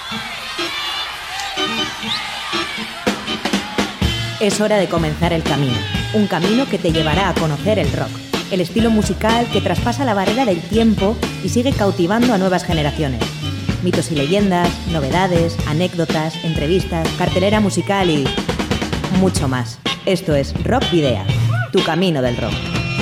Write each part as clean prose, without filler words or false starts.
Es hora de comenzar el camino, un camino que te llevará a conocer el rock, el estilo musical que traspasa la barrera del tiempo y sigue cautivando a nuevas generaciones. Mitos y leyendas, novedades, anécdotas, entrevistas, cartelera musical y mucho más. Esto es Rock Video, tu camino del rock.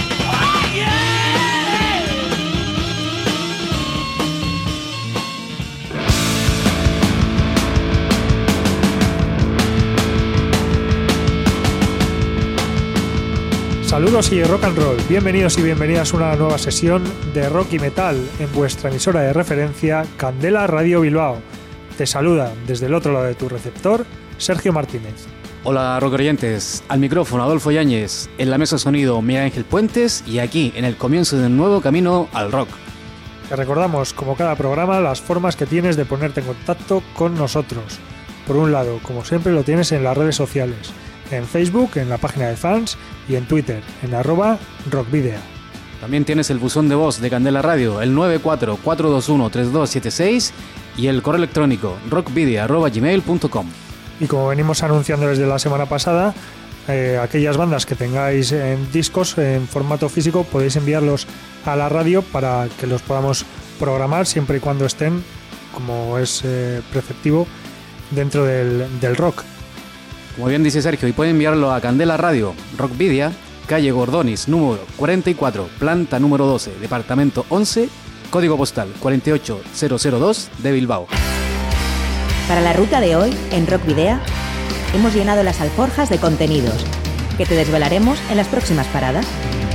Saludos y rock and roll, bienvenidos y bienvenidas a una nueva sesión de rock y metal en vuestra emisora de referencia Candela Radio Bilbao. Te saluda desde el otro lado de tu receptor, Sergio Martínez. Hola rock oyentes, al micrófono Adolfo Yáñez, en la mesa de sonido Miguel Ángel Puentes y aquí en el comienzo de un nuevo camino al rock. Te recordamos, como cada programa, las formas que tienes de ponerte en contacto con nosotros. Por un lado, como siempre, lo tienes en las redes sociales. En Facebook, en la página de fans y en Twitter, en @rockvidea. También tienes el buzón de voz de Candela Radio, el 944213276 y el correo electrónico rockvidea@gmail.com. Y como venimos anunciando desde la semana pasada, aquellas bandas que tengáis en discos en formato físico podéis enviarlos a la radio para que los podamos programar siempre y cuando estén, como es preceptivo, dentro del rock. Como bien dice Sergio, y puede enviarlo a Candela Radio, Rockvidia, calle Gordonis, número 44, planta número 12, departamento 11, código postal 48002 de Bilbao. Para la ruta de hoy, en Rock Video, hemos llenado las alforjas de contenidos que te desvelaremos en las próximas paradas.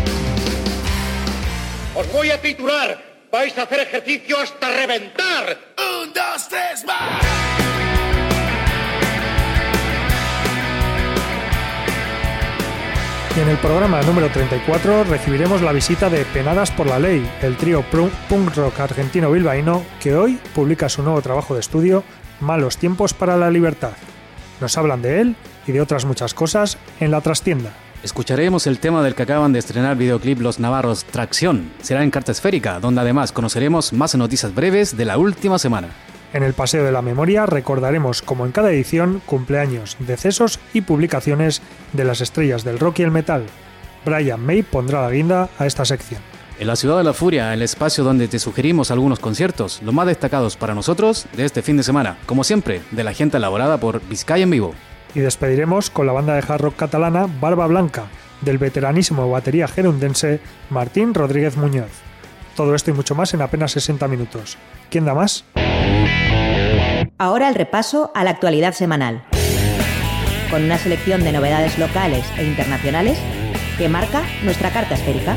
Os voy a titular. Vais a hacer ejercicio hasta reventar. 1, 2, 3, más. Y en el programa número 34 recibiremos la visita de Penadas por la Ley, el trío punk rock argentino bilbaíno que hoy publica su nuevo trabajo de estudio, Malos tiempos para la libertad. Nos hablan de él y de otras muchas cosas en la trastienda. Escucharemos el tema del que acaban de estrenar videoclip los navarros, Tracción. Será en Carta Esférica, donde además conoceremos más noticias breves de la última semana. En el Paseo de la Memoria recordaremos, como en cada edición, cumpleaños, decesos y publicaciones de las estrellas del rock y el metal. Brian May pondrá la guinda a esta sección. En la Ciudad de la Furia, el espacio donde te sugerimos algunos conciertos, los más destacados para nosotros de este fin de semana, como siempre, de la gente elaborada por Vizcaya en Vivo. Y despediremos con la banda de hard rock catalana Barba Blanca, del veteranísimo batería gerundense Martín Rodríguez Muñoz. Todo esto y mucho más en apenas 60 minutos. ¿Quién da más? Ahora el repaso a la actualidad semanal, con una selección de novedades locales e internacionales que marca nuestra carta esférica.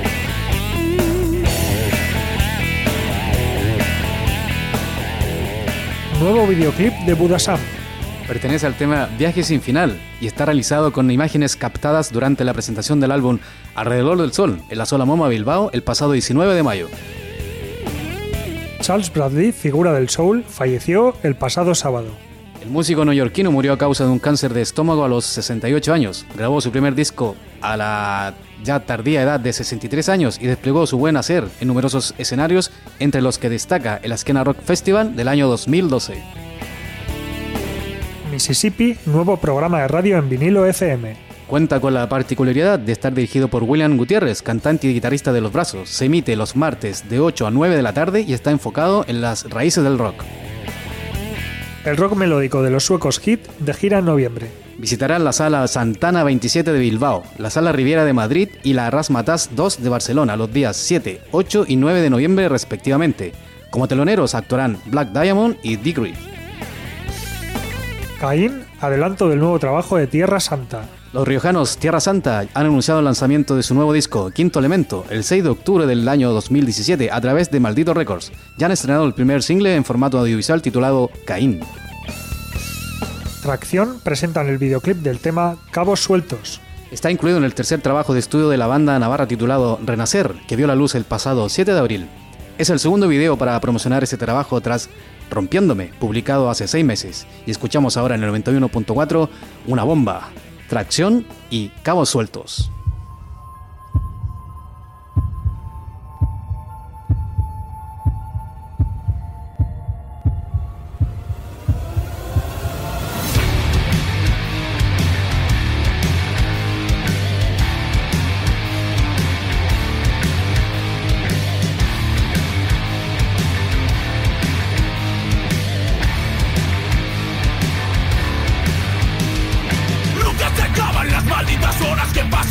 Nuevo videoclip de Buddha Sam. Pertenece al tema Viaje sin final y está realizado con imágenes captadas durante la presentación del álbum Alrededor del Sol en la Sola Moma Bilbao el pasado 19 de mayo. Charles Bradley, figura del soul, falleció el pasado sábado. El músico neoyorquino murió a causa de un cáncer de estómago a los 68 años. Grabó su primer disco a la ya tardía edad de 63 años y desplegó su buen hacer en numerosos escenarios, entre los que destaca el Askena Rock Festival del año 2012. Mississippi, nuevo programa de radio en vinilo FM. Cuenta con la particularidad de estar dirigido por William Gutiérrez, cantante y guitarrista de Los Brazos. Se emite los martes de 8 a 9 de la tarde y está enfocado en las raíces del rock. El rock melódico de los suecos Hit de gira en noviembre. Visitarán la Sala Santana 27 de Bilbao, la Sala Riviera de Madrid y la Razzmatazz 2 de Barcelona los días 7, 8 y 9 de noviembre respectivamente. Como teloneros actuarán Black Diamond y Dick Reed. Caín, adelanto del nuevo trabajo de Tierra Santa. Los riojanos Tierra Santa han anunciado el lanzamiento de su nuevo disco, Quinto Elemento, el 6 de octubre del año 2017 a través de Maldito Records. Ya han estrenado el primer single en formato audiovisual titulado Caín. Tracción presentan el videoclip del tema Cabos Sueltos. Está incluido en el tercer trabajo de estudio de la banda navarra titulado Renacer, que vio la luz el pasado 7 de abril. Es el segundo video para promocionar ese trabajo tras Rompiéndome, publicado hace 6 meses. Y escuchamos ahora en el 91.4 Una Bomba, Tracción y Cabos Sueltos.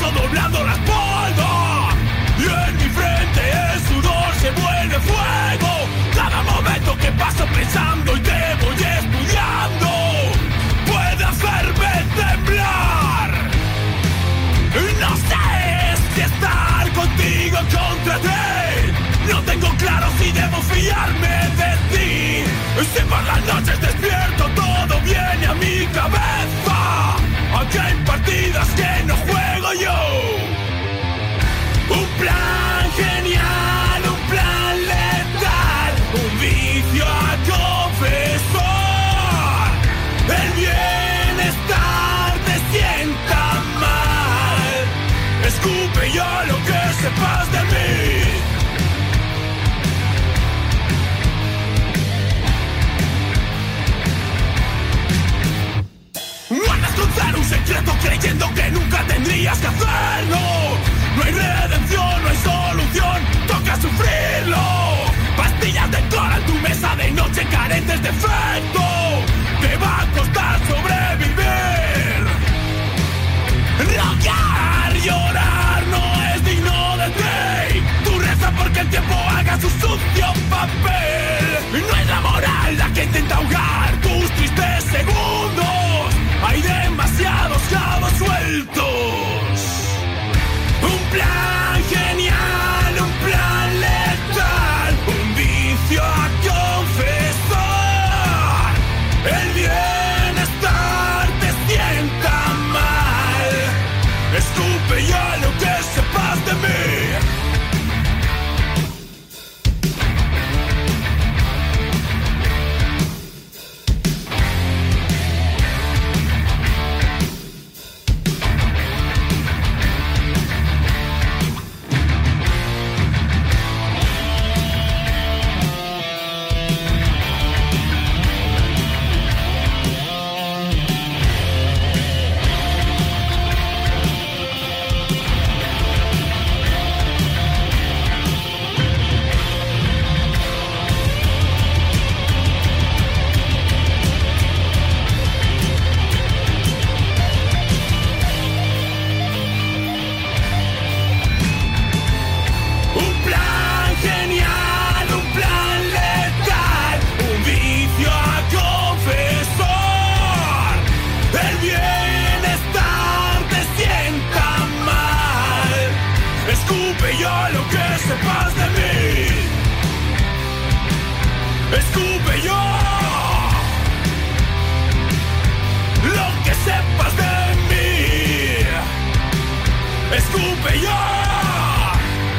paso doblando la espalda. Y en mi frente el sudor se vuelve fuego. Cada momento que paso pensando y te voy estudiando puede hacerme temblar. No sé si estar contigo contra ti. No tengo claro si debo fiarme de ti. Si por las noches despierto todo viene a mi cabeza. Aquí hay partidas que no juego yo. Un plan genial, un plan letal, un vicio a confesar. El bienestar te sienta mal. Escupe ya lo que sepas de mí. Guardas con cero un secreto creyendo que nunca tendrías que hacerlo. No hay redención, no hay solución, toca sufrirlo. Pastillas de cora en tu mesa de noche carentes de efecto. Te va a costar sobrevivir. Rogar, llorar no es digno de ti. Tú reza porque el tiempo haga su sucio papel. No es la moral la que intenta ahogar tus tristes segundos. Hay demasiados cabos sueltos. Un plan genial, un plan letal, un vicio a confesar. El bienestar te sienta mal. Escupe ya lo que sepas de mí. Escupe ya lo que sepas de mí. Escupe ya lo que sepas de mí. Escupe ya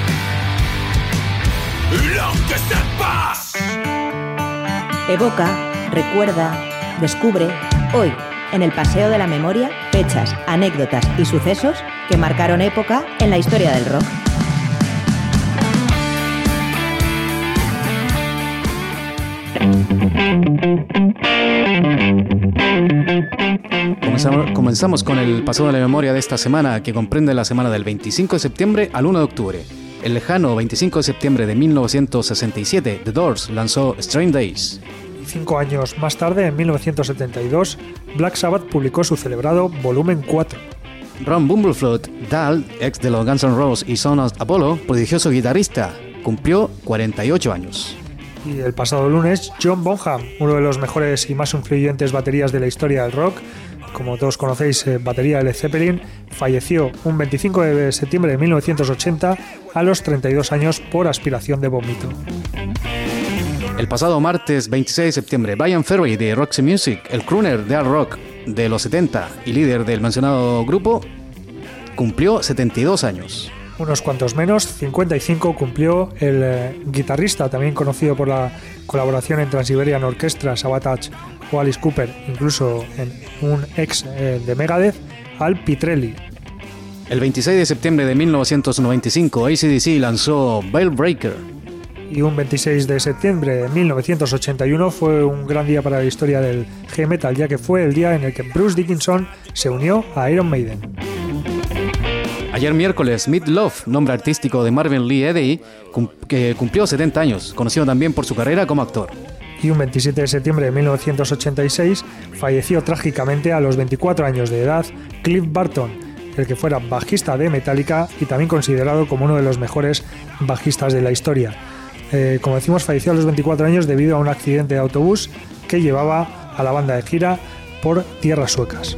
lo que sepas. Evoca, recuerda, descubre, hoy, en el Paseo de la Memoria, fechas, anécdotas y sucesos que marcaron época en la historia del rock. Comenzamos con el Paseo de la Memoria de esta semana, que comprende la semana del 25 de septiembre al 1 de octubre. El lejano 25 de septiembre de 1967, The Doors lanzó Strange Days. 5 años más tarde, en 1972, Black Sabbath publicó su celebrado Volumen 4. Ron Bumblefoot Dahl, ex de los Guns N' Roses y Son of Apollo, prodigioso guitarrista, cumplió 48 años. Y el pasado lunes, John Bonham, uno de los mejores y más influyentes baterías de la historia del rock, como todos conocéis, batería de Led Zeppelin, falleció un 25 de septiembre de 1980 a los 32 años por aspiración de vómito. El pasado martes 26 de septiembre, Brian Ferry de Roxy Music, el crooner de hard rock de los 70 y líder del mencionado grupo, cumplió 72 años. Unos cuantos menos, 55 cumplió el guitarrista, también conocido por la colaboración en Trans-Siberian Orchestra, Sabotage o Alice Cooper, incluso en un ex de Megadeth, Al Pitrelli. El 26 de septiembre de 1995, AC/DC lanzó Veilbreaker. Y un 26 de septiembre de 1981 fue un gran día para la historia del heavy metal, ya que fue el día en el que Bruce Dickinson se unió a Iron Maiden. Ayer miércoles, Meat Loaf, nombre artístico de Marvin Lee Eddy, que cumplió 70 años, conocido también por su carrera como actor. Y un 27 de septiembre de 1986 falleció trágicamente a los 24 años de edad Cliff Burton, el que fuera bajista de Metallica y también considerado como uno de los mejores bajistas de la historia. Como decimos, falleció a los 24 años debido a un accidente de autobús que llevaba a la banda de gira por tierras suecas.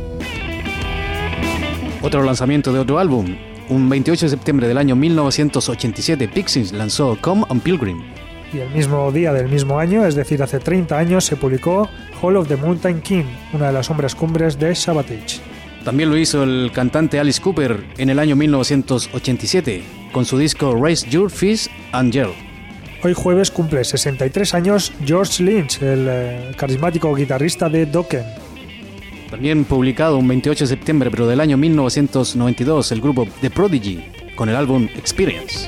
Otro lanzamiento de otro álbum. Un 28 de septiembre del año 1987, Pixies lanzó Come on Pilgrim. Y el mismo día del mismo año, es decir, hace 30 años, se publicó Hall of the Mountain King, una de las hombres cumbres de Savatage. También lo hizo el cantante Alice Cooper en el año 1987, con su disco Raise Your Fist and Yell. Hoy jueves cumple 63 años George Lynch, el carismático guitarrista de Dokken. También publicado un 28 de septiembre, pero del año 1992, el grupo The Prodigy, con el álbum Experience.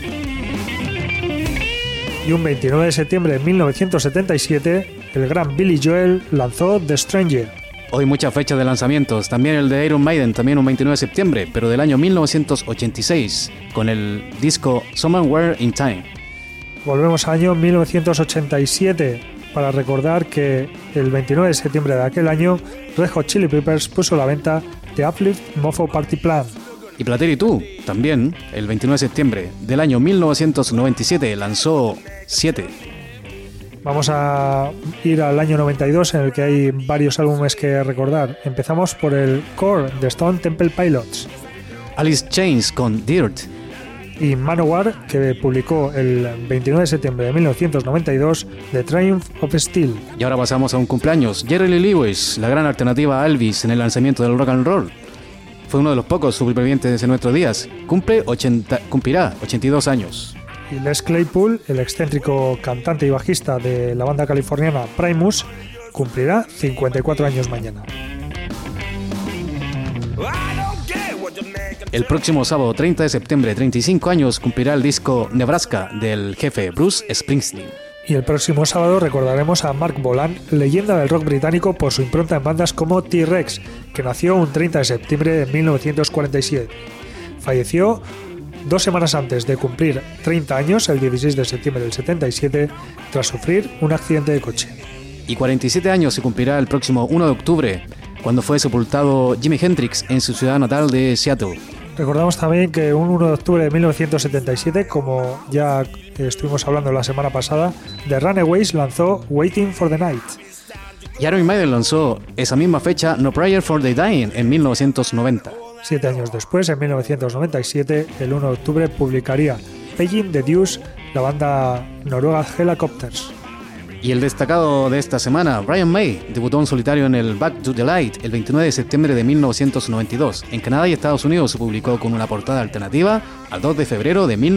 Y un 29 de septiembre de 1977, el gran Billy Joel lanzó The Stranger. Hoy muchas fechas de lanzamientos, también el de Iron Maiden, también un 29 de septiembre, pero del año 1986, con el disco Somewhere in Time. Volvemos al año 1987 para recordar que el 29 de septiembre de aquel año Red Hot Chili Peppers puso a la venta The Uplift Mofo Party Plan. Y Platero tú, también, el 29 de septiembre del año 1997, lanzó 7. Vamos a ir al año 92, en el que hay varios álbumes que recordar. Empezamos por el Core de Stone Temple Pilots. Alice Chains con Dirt. Y Manowar, que publicó el 29 de septiembre de 1992, The Triumph of Steel. Y ahora pasamos a un cumpleaños. Jerry Lee Lewis, la gran alternativa a Elvis en el lanzamiento del rock and roll. Fue uno de los pocos supervivientes en nuestros días. Cumplirá 82 años. Y Les Claypool, el excéntrico cantante y bajista de la banda californiana Primus, cumplirá 54 años mañana. El próximo sábado 30 de septiembre, 35 años, cumplirá el disco Nebraska del jefe Bruce Springsteen. Y el próximo sábado recordaremos a Mark Bolan, leyenda del rock británico por su impronta en bandas como T-Rex, que nació un 30 de septiembre de 1947. Falleció 2 semanas antes de cumplir 30 años, el 16 de septiembre del 77, tras sufrir un accidente de coche. Y 47 años se cumplirá el próximo 1 de octubre, cuando fue sepultado Jimi Hendrix en su ciudad natal de Seattle. Recordamos también que un 1 de octubre de 1977, como ya estuvimos hablando la semana pasada, The Runaways lanzó Waiting for the Night. Y Iron Maiden lanzó esa misma fecha No Prayer for the Dying en 1990. 7 años después, en 1997, el 1 de octubre publicaría Paging the Deuce, la banda noruega Helicopters. Y el destacado de esta semana, Brian May, debutó en solitario en el Back to the Light el 29 de septiembre de 1992. En Canadá y Estados Unidos se publicó con una portada alternativa al 2 de febrero de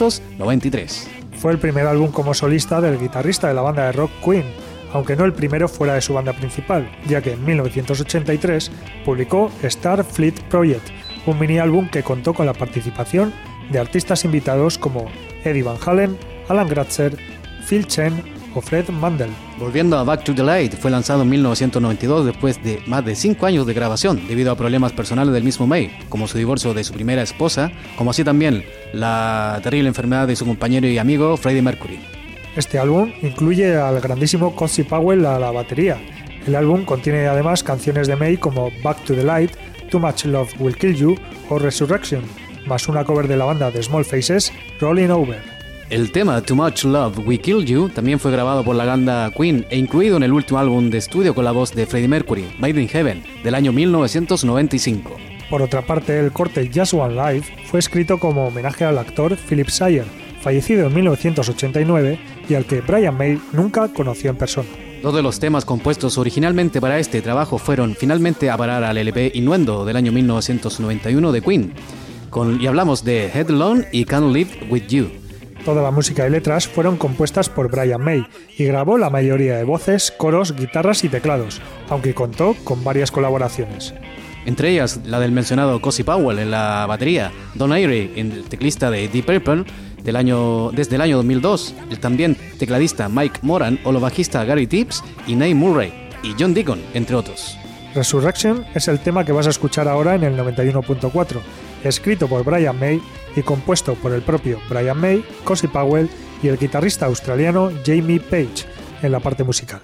1993. Fue el primer álbum como solista del guitarrista de la banda de rock Queen, aunque no el primero fuera de su banda principal, ya que en 1983 publicó Starfleet Project, un mini álbum que contó con la participación de artistas invitados como Eddie Van Halen, Alan Gratzer, Phil Chen o Fred Mandel. Volviendo a Back to the Light, fue lanzado en 1992 después de más de 5 años de grabación debido a problemas personales del mismo May, como su divorcio de su primera esposa, como así también la terrible enfermedad de su compañero y amigo Freddie Mercury. Este álbum incluye al grandísimo Cozy Powell a la batería. El álbum contiene además canciones de May como Back to the Light, Too Much Love Will Kill You o Resurrection, más una cover de la banda de Small Faces, Rolling Over. El tema Too Much Love Will Kill You también fue grabado por la banda Queen e incluido en el último álbum de estudio con la voz de Freddie Mercury, Made in Heaven, del año 1995. Por otra parte, el corte Just One Life fue escrito como homenaje al actor Philip Sire, fallecido en 1989 y al que Brian May nunca conoció en persona. 2 de los temas compuestos originalmente para este trabajo fueron finalmente a parar al LP Innuendo del año 1991 de Queen, y hablamos de Headlong y Can't Live With You. Toda la música y letras fueron compuestas por Brian May y grabó la mayoría de voces, coros, guitarras y teclados, aunque contó con varias colaboraciones. Entre ellas la del mencionado Cozy Powell en la batería, Don Airey, el teclista de Deep Purple desde el año 2002, el también tecladista Mike Moran o los bajistas Gary Tibbs y Nate Murray y John Deacon, entre otros. Resurrection es el tema que vas a escuchar ahora en el 91.4, escrito por Brian May y compuesto por el propio Brian May, Cozy Powell y el guitarrista australiano Jamie Page en la parte musical.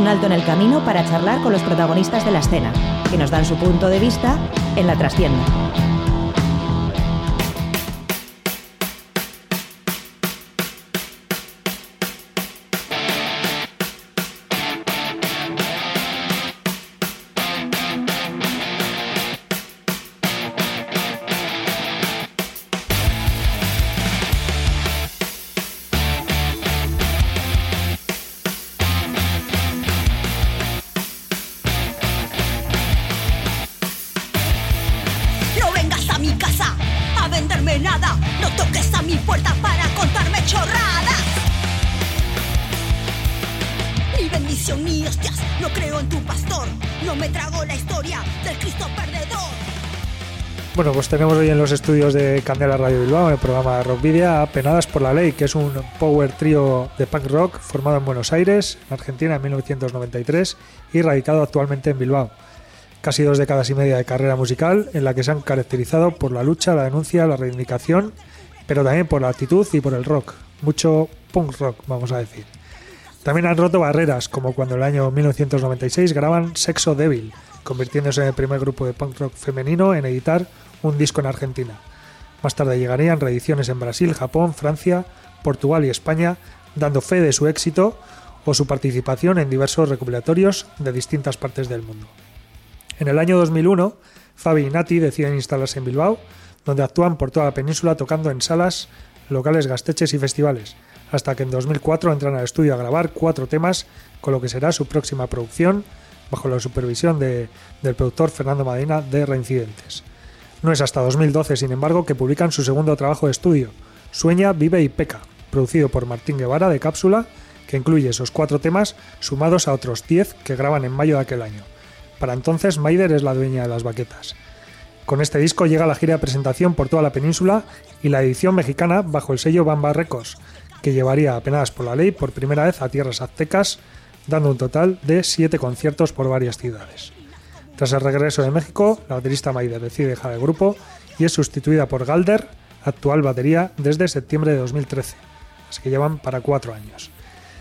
alto en el camino para charlar con los protagonistas de la escena, que nos dan su punto de vista en la trastienda. Bueno, pues tenemos hoy en los estudios de Candela Radio Bilbao, en el programa Rockvidia, a Penadas por la Ley, que es un power trío de punk rock formado en Buenos Aires, en Argentina, en 1993 y radicado actualmente en Bilbao. Casi 2 décadas y media de carrera musical en la que se han caracterizado por la lucha, la denuncia, la reivindicación, pero también por la actitud y por el rock. Mucho punk rock, vamos a decir. También han roto barreras, como cuando en el año 1996 graban Sexo Débil, convirtiéndose en el primer grupo de punk rock femenino en editar un disco en Argentina. Más tarde llegarían reediciones en Brasil, Japón, Francia, Portugal y España, dando fe de su éxito o su participación en diversos recopilatorios de distintas partes del mundo. En el año 2001, Fabi y Nati deciden instalarse en Bilbao, donde actúan por toda la península tocando en salas, locales gasteches y festivales, hasta que en 2004 entran al estudio a grabar 4 temas con lo que será su próxima producción, bajo la supervisión del productor Fernando Madina de Reincidentes. No es hasta 2012, sin embargo, que publican su segundo trabajo de estudio, Sueña, Vive y Peca, producido por Martín Guevara de Cápsula, que incluye esos 4 temas sumados a otros 10 que graban en mayo de aquel año. Para entonces, Maider es la dueña de las baquetas. Con este disco llega la gira de presentación por toda la península y la edición mexicana bajo el sello Bamba Records, que llevaría a Penadas por la Ley por primera vez a tierras aztecas, dando un total de 7 conciertos por varias ciudades. Tras el regreso de México, la baterista Maider decide dejar el grupo y es sustituida por Galder, actual batería desde septiembre de 2013, así que llevan para 4 años.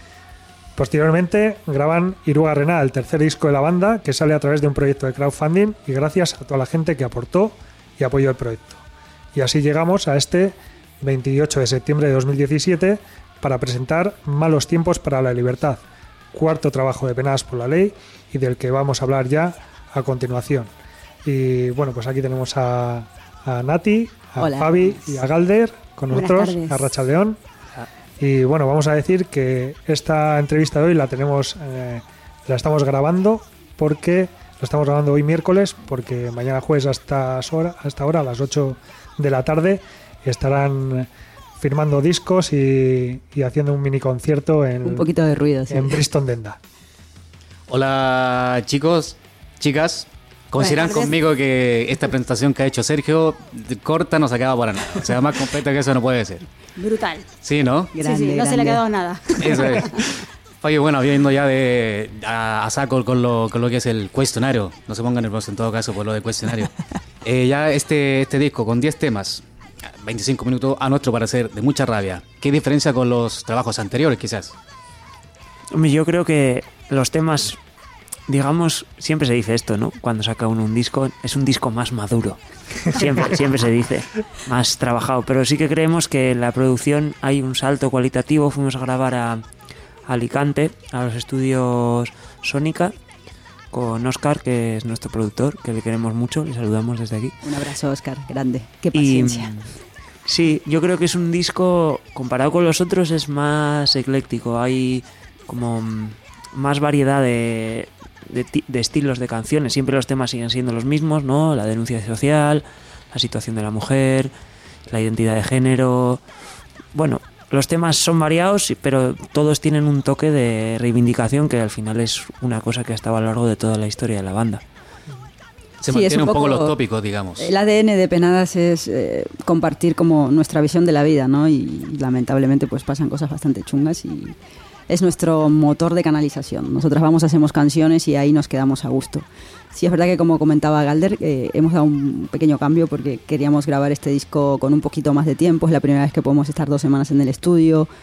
Posteriormente graban Iruga Rena, el tercer disco de la banda, que sale a través de un proyecto de crowdfunding y gracias a toda la gente que aportó y apoyó el proyecto. Y así llegamos a este 28 de septiembre de 2017 para presentar Malos tiempos para la libertad, cuarto trabajo de Penadas por la Ley y del que vamos a hablar ya a continuación. Y bueno, pues aquí tenemos a Nati, a Hola. Fabi y a Galder con nosotros, a Rachaldeón. Y bueno, vamos a decir que esta entrevista de hoy la estamos grabando hoy miércoles, porque mañana jueves hasta ahora a las 8 de la tarde estarán firmando discos y haciendo un mini concierto un poquito de ruido, sí, en Bristol Denda. Hola chicos, chicas. Consideran conmigo que esta presentación que ha hecho Sergio corta no se acaba para nada. O sea, más completa que eso no puede ser. Brutal. Sí, ¿no? Grande, sí, no se le ha quedado nada. Eso es. Oye, bueno, viendo ya a saco con lo que es el cuestionario. No se pongan nerviosos en todo caso por lo del cuestionario. Ya este disco con 10 temas, 25 minutos, a nuestro parecer, de mucha rabia. ¿Qué diferencia con los trabajos anteriores, quizás? Hombre, yo creo que los temas, digamos, siempre se dice esto, ¿no? Cuando saca uno un disco, es un disco más maduro. Siempre se dice, más trabajado. Pero sí que creemos que en la producción hay un salto cualitativo. Fuimos a grabar a Alicante, a los estudios Sónica, con Óscar, que es nuestro productor, que le queremos mucho, le saludamos desde aquí. Un abrazo, Óscar, grande. Qué paciencia. Sí, yo creo que es un disco, comparado con los otros, es más ecléctico. Hay como más variedad de estilos de canciones. Siempre los temas siguen siendo los mismos, ¿no? La denuncia social, la situación de la mujer, la identidad de género. Bueno, los temas son variados, pero todos tienen un toque de reivindicación que al final es una cosa que ha estado a lo largo de toda la historia de la banda. Se mantiene un poco los tópicos, digamos. El ADN de Penadas es compartir como nuestra visión de la vida, ¿no? Y lamentablemente pues pasan cosas bastante chungas y es nuestro motor de canalización. Nosotras hacemos canciones y ahí nos quedamos a gusto. Sí, es verdad que, como comentaba Galder, hemos dado un pequeño cambio porque queríamos grabar este disco con un poquito más de tiempo. Es la primera vez que podemos estar 2 semanas en el estudio,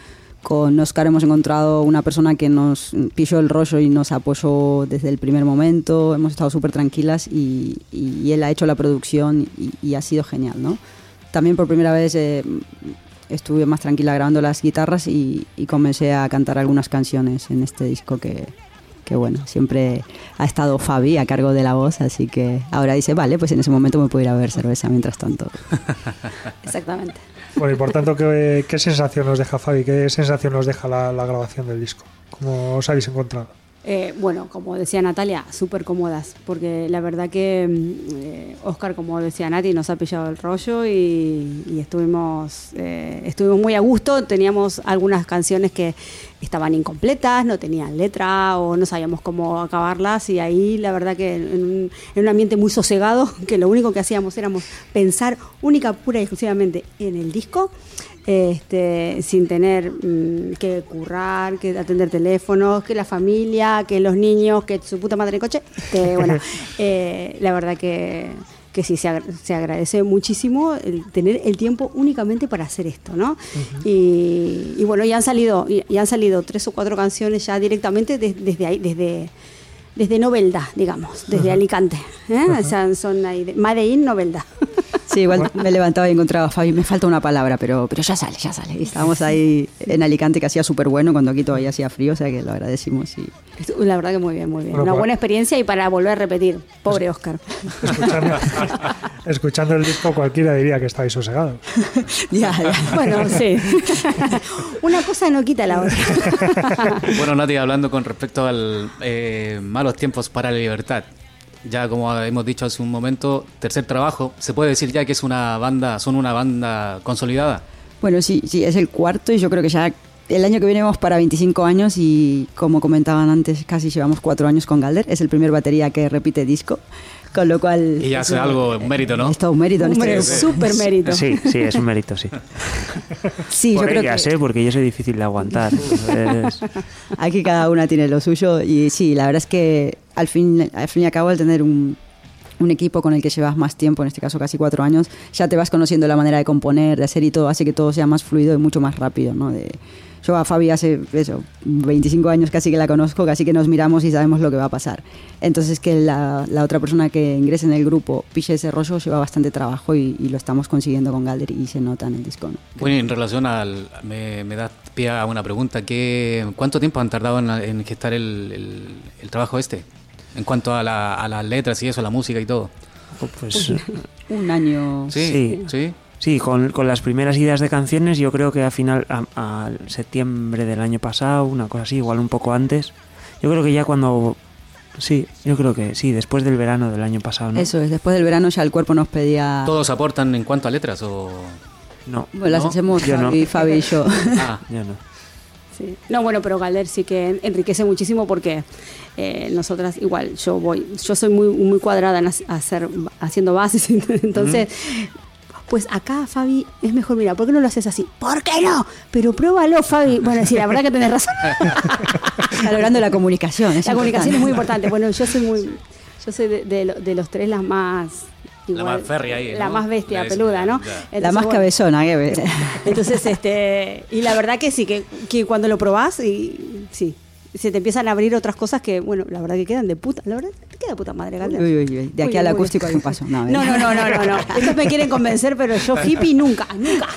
Con Óscar hemos encontrado una persona que nos pilló el rollo y nos apoyó desde el primer momento. Hemos estado súper tranquilas y él ha hecho la producción y ha sido genial, ¿no? También por primera vez estuve más tranquila grabando las guitarras y comencé a cantar algunas canciones en este disco que bueno, siempre ha estado Fabi a cargo de la voz, así que ahora dice, vale, pues en ese momento me puedo ir a beber cerveza mientras tanto. Exactamente. Bueno, y por tanto, ¿qué sensación nos deja Fabi? ¿Qué sensación nos deja la grabación del disco? ¿Cómo os habéis encontrado? Bueno, como decía Natalia, súper cómodas, porque la verdad que Óscar, como decía Nati, nos ha pillado el rollo y estuvimos muy a gusto. Teníamos algunas canciones que estaban incompletas, no tenían letra o no sabíamos cómo acabarlas, y ahí la verdad que en un ambiente muy sosegado, que lo único que hacíamos éramos pensar única, pura y exclusivamente en el disco, sin tener que currar, que atender teléfonos, que la familia, que los niños, que su puta madre en coche. Bueno, la verdad que sí, se agradece muchísimo el tener el tiempo únicamente para hacer esto, ¿no? Uh-huh. Y bueno, ya han salido 3 o 4 canciones ya directamente desde ahí, desde Novelda, digamos, desde Alicante, o sea, son ahí Made in Novelda. Sí, igual me levantaba y encontraba a Fabi, me falta una palabra, pero ya sale. Y estábamos ahí en Alicante, que hacía súper bueno, cuando aquí todavía hacía frío, o sea que lo agradecimos. Y... La verdad que muy bien. Bueno, una buena experiencia y para volver a repetir. Pobre Óscar. Escuchando el disco cualquiera diría que estáis sosegados. Ya. Bueno, sí. Una cosa no quita la otra. Bueno, Nati, hablando con respecto al Malos Tiempos para la Libertad. Ya como hemos dicho hace un momento, tercer trabajo, ¿se puede decir ya que son una banda consolidada? Bueno, sí, es el cuarto y yo creo que ya el año que viene vamos para 25 años y como comentaban antes, casi llevamos 4 años con Galder, es el primer batería que repite disco, con lo cual... Y ya es algo, un mérito, ¿no? Es todo un mérito. Súper mérito. Sí, es un mérito, sí. Sí, por yo creo ellas, que... porque yo soy difícil de aguantar. Aquí cada una tiene lo suyo y sí, la verdad es que al fin y al cabo, al tener un equipo con el que llevas más tiempo, en este caso casi 4 años, ya te vas conociendo la manera de componer, de hacer y todo, hace que todo sea más fluido y mucho más rápido, ¿no? Yo a Fabi hace 25 años casi que la conozco, casi que nos miramos y sabemos lo que va a pasar. Entonces que la otra persona que ingrese en el grupo pille ese rollo lleva bastante trabajo y lo estamos consiguiendo con Galder y se nota en el disco, ¿no? Bueno, y en relación me da pie a una pregunta, ¿cuánto tiempo han tardado en gestar el trabajo este? En cuanto a las letras y eso, la música y todo. Pues un año. Sí, con las primeras ideas de canciones, yo creo que a septiembre del año pasado, una cosa así, igual un poco antes. Yo creo que ya después del verano del año pasado, ¿no? Eso es, después del verano ya el cuerpo nos pedía... ¿Todos aportan en cuanto a letras o...? No. Bueno, las hacemos Fabi y yo. Yo no. Sí. No, bueno, pero Galder sí que enriquece muchísimo porque nosotras igual, yo soy muy, muy cuadrada en haciendo bases, entonces... Pues acá, Fabi, es mejor, mira, ¿por qué no lo haces así? ¿Por qué no? Pero pruébalo, Fabi. Bueno, sí, la verdad que tenés razón. Está logrando la comunicación. La comunicación es muy importante. Bueno, yo soy de los 3 la más... Igual, la más férrea ahí, la más bestia, peluda, ¿no? Entonces, la más cabezona. Entonces, y la verdad que sí, que cuando lo probás, y sí, se te empiezan a abrir otras cosas que, bueno, la verdad que quedan de puta. La verdad que queda de puta madre, Galder. Uy. De aquí al acústico hay un paso. No. Estos me quieren convencer, pero yo hippie nunca.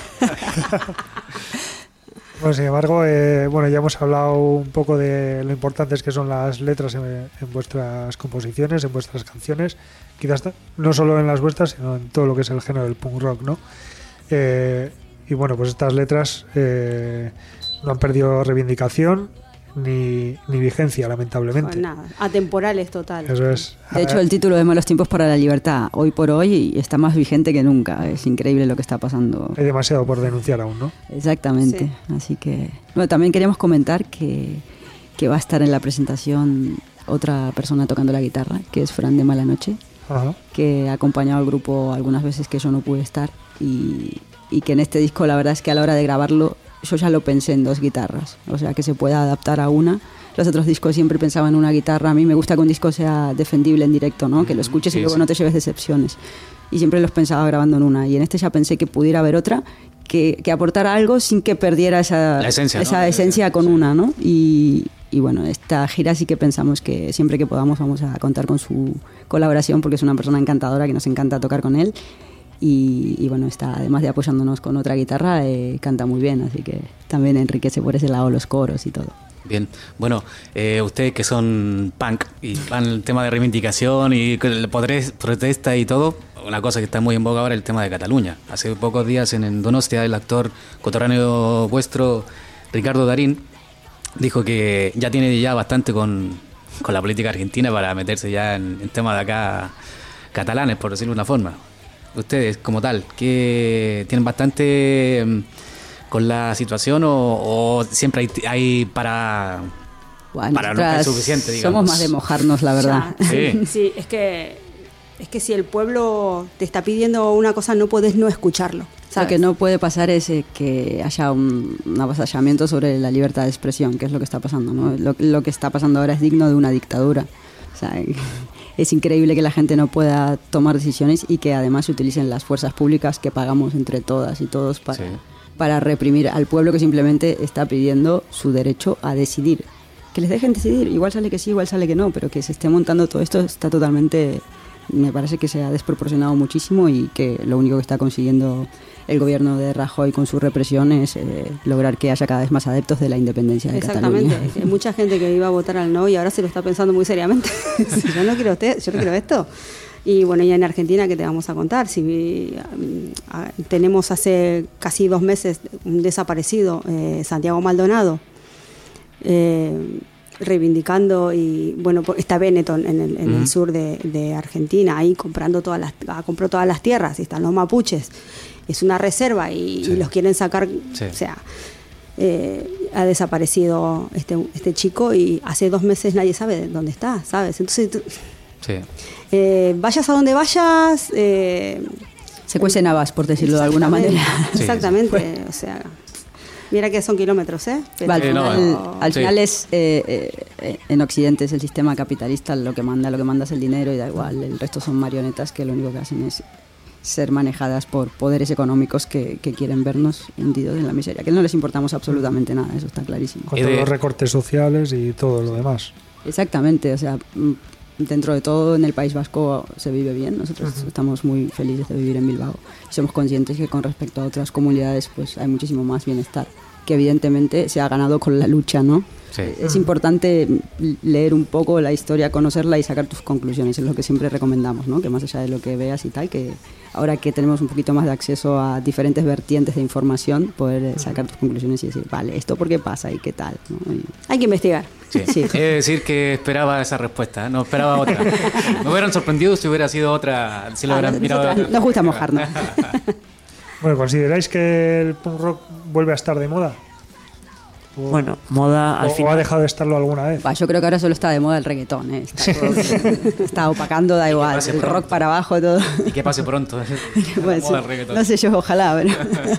Bueno, sin embargo, ya hemos hablado un poco de lo importantes que son las letras en vuestras composiciones, en vuestras canciones, quizás no solo en las vuestras, sino en todo lo que es el género del punk rock, ¿no? Y bueno, pues estas letras no han perdido reivindicación ni vigencia, lamentablemente. Pues nada, atemporales total. Eso es. De hecho, el título de Malos Tiempos para la Libertad, hoy por hoy, está más vigente que nunca. Es increíble lo que está pasando. Hay demasiado por denunciar aún, ¿no? Exactamente. Sí. Así que... Bueno, también queríamos comentar que va a estar en la presentación otra persona tocando la guitarra, que es Fran de Mala Noche, que ha acompañado al grupo algunas veces que yo no pude estar y que en este disco la verdad es que a la hora de grabarlo yo ya lo pensé en 2 guitarras, o sea que se pueda adaptar a una. Los otros discos siempre pensaba en una guitarra. A mí me gusta que un disco sea defendible en directo, ¿no? Que lo escuches y luego no te lleves decepciones. Y siempre los pensaba grabando en una. Y en este ya pensé que pudiera haber otra, que aportara algo sin que perdiera esa esencia con una, ¿no? Y bueno, esta gira sí que pensamos que siempre que podamos vamos a contar con su colaboración, porque es una persona encantadora, que nos encanta tocar con él. Y bueno, está además de apoyándonos con otra guitarra, canta muy bien, así que también enriquece por ese lado los coros y todo. Bien, bueno, ustedes que son punk y van el tema de reivindicación y protesta y todo, una cosa que está muy en boga ahora es el tema de Cataluña. Hace pocos días en Donostia el actor coterráneo vuestro, Ricardo Darín, dijo que ya tiene bastante con la política argentina para meterse ya en temas de acá catalanes, por decirlo de una forma. Ustedes, como tal, que tienen bastante con la situación o siempre hay para no es suficiente, digamos. Somos más de mojarnos, la verdad. Sí, es que si el pueblo te está pidiendo una cosa, no puedes no escucharlo, ¿sabes? Lo que no puede pasar es que haya un avasallamiento sobre la libertad de expresión, que es lo que está pasando, ¿no? Lo que está pasando ahora es digno de una dictadura. O sea, es increíble que la gente no pueda tomar decisiones y que además se utilicen las fuerzas públicas que pagamos entre todas y todos para reprimir al pueblo que simplemente está pidiendo su derecho a decidir. Que les dejen decidir, igual sale que sí, igual sale que no, pero que se esté montando todo esto está totalmente... Me parece que se ha desproporcionado muchísimo y que lo único que está consiguiendo el gobierno de Rajoy con su represión es lograr que haya cada vez más adeptos de la independencia de Cataluña. Exactamente. Hay mucha gente que iba a votar al no y ahora se lo está pensando muy seriamente. Yo no quiero esto. Y bueno, ya en Argentina, ¿qué te vamos a contar? Si tenemos hace casi 2 meses un desaparecido, Santiago Maldonado, reivindicando, y bueno, está Benetton en el sur de Argentina, ahí compró todas las tierras, y están los mapuches, es una reserva y los quieren sacar, o sea, ha desaparecido este chico y hace 2 meses nadie sabe dónde está, ¿sabes? Entonces vayas a donde vayas, se cuecen habas, por decirlo de alguna manera. Exactamente, o sea, mira que son kilómetros, pero al final es en Occidente es el sistema capitalista lo que manda es el dinero y da igual, el resto son marionetas que lo único que hacen es ser manejadas por poderes económicos que quieren vernos hundidos en la miseria, que no les importamos absolutamente nada, eso está clarísimo. Con todos los recortes sociales y todo lo demás. Exactamente, o sea, dentro de todo en el País Vasco se vive bien, nosotros estamos muy felices de vivir en Bilbao y somos conscientes que con respecto a otras comunidades pues hay muchísimo más bienestar, que evidentemente se ha ganado con la lucha, ¿no? Sí. Es importante leer un poco la historia, conocerla y sacar tus conclusiones, es lo que siempre recomendamos, ¿no? Que más allá de lo que veas y tal, que ahora que tenemos un poquito más de acceso a diferentes vertientes de información, poder sacar tus conclusiones y decir, vale, ¿esto por qué pasa y qué tal? ¿No? Hay que investigar. Sí. Es decir, que esperaba esa respuesta, no esperaba otra. Me hubieran sorprendido si hubiera sido otra, si lo hubieran mirado. Nos gusta mojarnos. Bueno, ¿consideráis que el punk rock vuelve a estar de moda? Bueno, moda al final. ¿O ha dejado de estarlo alguna vez? Yo creo que ahora solo está de moda el reggaetón, está opacando, da igual, el rock para abajo, todo. Y que pase pronto. Pues, no sé yo, ojalá, pero...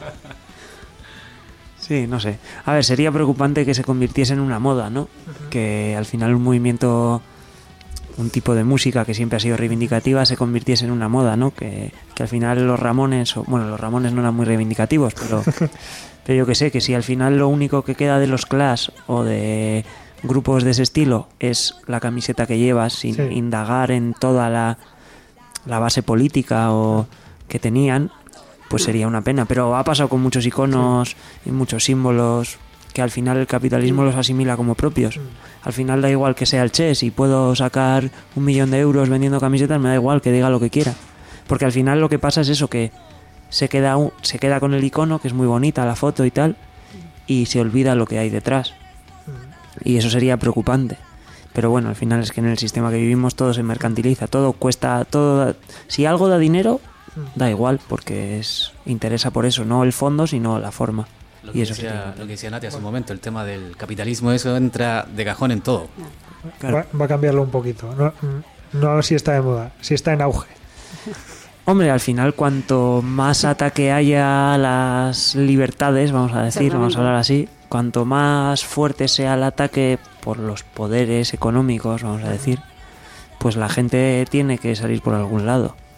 Sí, no sé. A ver, sería preocupante que se convirtiese en una moda, ¿no? Que al final un movimiento, un tipo de música que siempre ha sido reivindicativa se convirtiese en una moda, ¿no? Que al final los Ramones no eran muy reivindicativos, pero yo que sé, que si al final lo único que queda de los Clash o de grupos de ese estilo es la camiseta que llevas sin indagar en toda la base política o que tenían, pues sería una pena. Pero ha pasado con muchos iconos y muchos símbolos que al final el capitalismo los asimila como propios. Al final da igual que sea el Che, si puedo sacar 1 millón de euros vendiendo camisetas, me da igual que diga lo que quiera. Porque al final lo que pasa es eso, que se queda con el icono, que es muy bonita la foto y tal, y se olvida lo que hay detrás. Y eso sería preocupante. Pero bueno, al final es que en el sistema que vivimos todo se mercantiliza, todo cuesta, todo. Si algo da dinero, da igual, porque interesa por eso, no el fondo, sino la forma. Lo que decía Nati hace un momento, el tema del capitalismo, eso entra de cajón en todo. Claro. Va a cambiarlo un poquito. No si está de moda, si está en auge. Hombre, al final cuanto más ataque haya a las libertades, vamos a hablar así, cuanto más fuerte sea el ataque por los poderes económicos, vamos a decir, pues la gente tiene que salir por algún lado.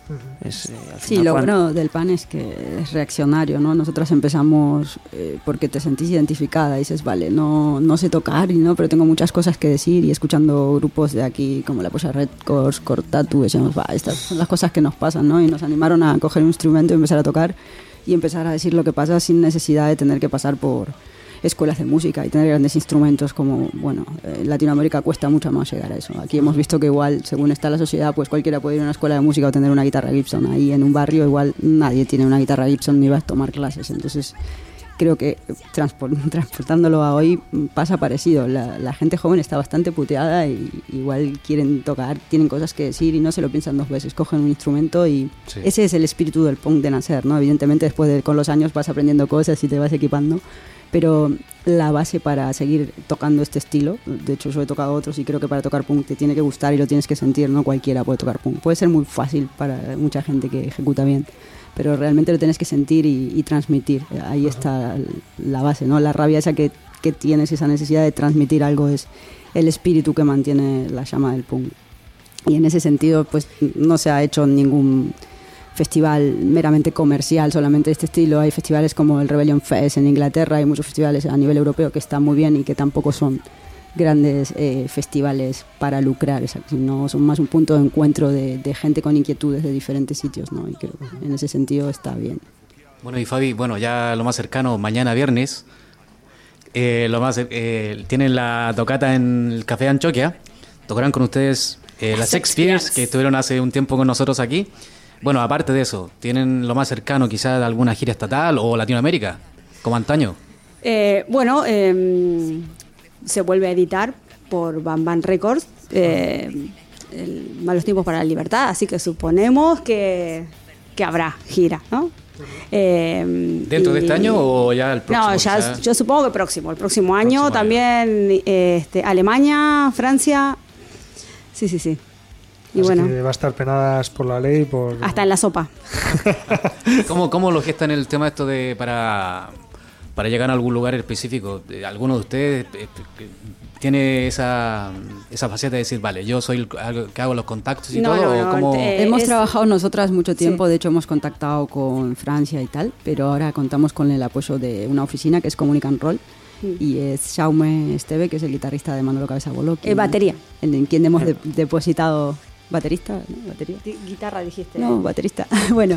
Al Sí, final, lo bueno del pan es que es reaccionario, ¿no? Nosotras empezamos porque te sentís identificada y dices, vale, no sé tocar, pero tengo muchas cosas que decir, y escuchando grupos de aquí como La Polla Records, Cortatu, decíamos, estas son las cosas que nos pasan, ¿no? Y nos animaron a coger un instrumento y empezar a tocar y empezar a decir lo que pasa sin necesidad de tener que pasar por escuelas de música y tener grandes instrumentos como, en Latinoamérica cuesta mucho más llegar a eso. Aquí hemos visto que igual, según está la sociedad, pues cualquiera puede ir a una escuela de música o tener una guitarra Gibson. Ahí en un barrio igual nadie tiene una guitarra Gibson ni va a tomar clases. Entonces creo que transportándolo a hoy pasa parecido. La gente joven está bastante puteada y igual quieren tocar, tienen cosas que decir y no se lo piensan dos veces. Cogen un instrumento y ese es el espíritu del punk de nacer, ¿no? Evidentemente después con los años vas aprendiendo cosas y te vas equipando, pero la base para seguir tocando este estilo, de hecho yo he tocado otros y creo que para tocar punk te tiene que gustar y lo tienes que sentir, no cualquiera puede tocar punk. Puede ser muy fácil para mucha gente que ejecuta bien, pero realmente lo tienes que sentir y transmitir. Ahí está la base, ¿no? La rabia esa que tienes, esa necesidad de transmitir algo, es el espíritu que mantiene la llama del punk. Y en ese sentido pues no se ha hecho ningún festival meramente comercial solamente de este estilo. Hay festivales como el Rebellion Fest en Inglaterra, hay muchos festivales a nivel europeo que están muy bien y que tampoco son grandes festivales para lucrar, sino son más un punto de encuentro de gente con inquietudes de diferentes sitios, ¿no? Y creo que en ese sentido está bien. Bueno, y Fabi, ya lo más cercano, mañana viernes, tienen la tocata en el Café Anchoquia. Tocarán con ustedes las Shakespeares, que estuvieron hace un tiempo con nosotros aquí. Bueno, aparte de eso, ¿tienen lo más cercano quizás de alguna gira estatal o Latinoamérica, como antaño? Se vuelve a editar por Bam Bam Records, Malos Tiempos para la Libertad, así que suponemos que habrá gira, ¿no? ¿Dentro de este año o ya el próximo? No, yo supongo que el próximo año también, Alemania, Francia, sí. Y así bueno, que va a estar penadas por la ley, hasta en la sopa. ¿Cómo lo gestan el tema esto de para llegar a algún lugar específico? ¿Alguno de ustedes tiene esa faceta de decir, vale, yo soy el que hago los contactos y todo? Hemos trabajado nosotras mucho tiempo, de hecho hemos contactado con Francia y tal, pero ahora contamos con el apoyo de una oficina que es Comunic and Roll, y es Jaume Esteve, que es el guitarrista de Manolo Cabeza Bolo, batería, en quien hemos depositado. ¿Baterista? ¿No? ¿Batería? Guitarra dijiste. No, baterista. Bueno.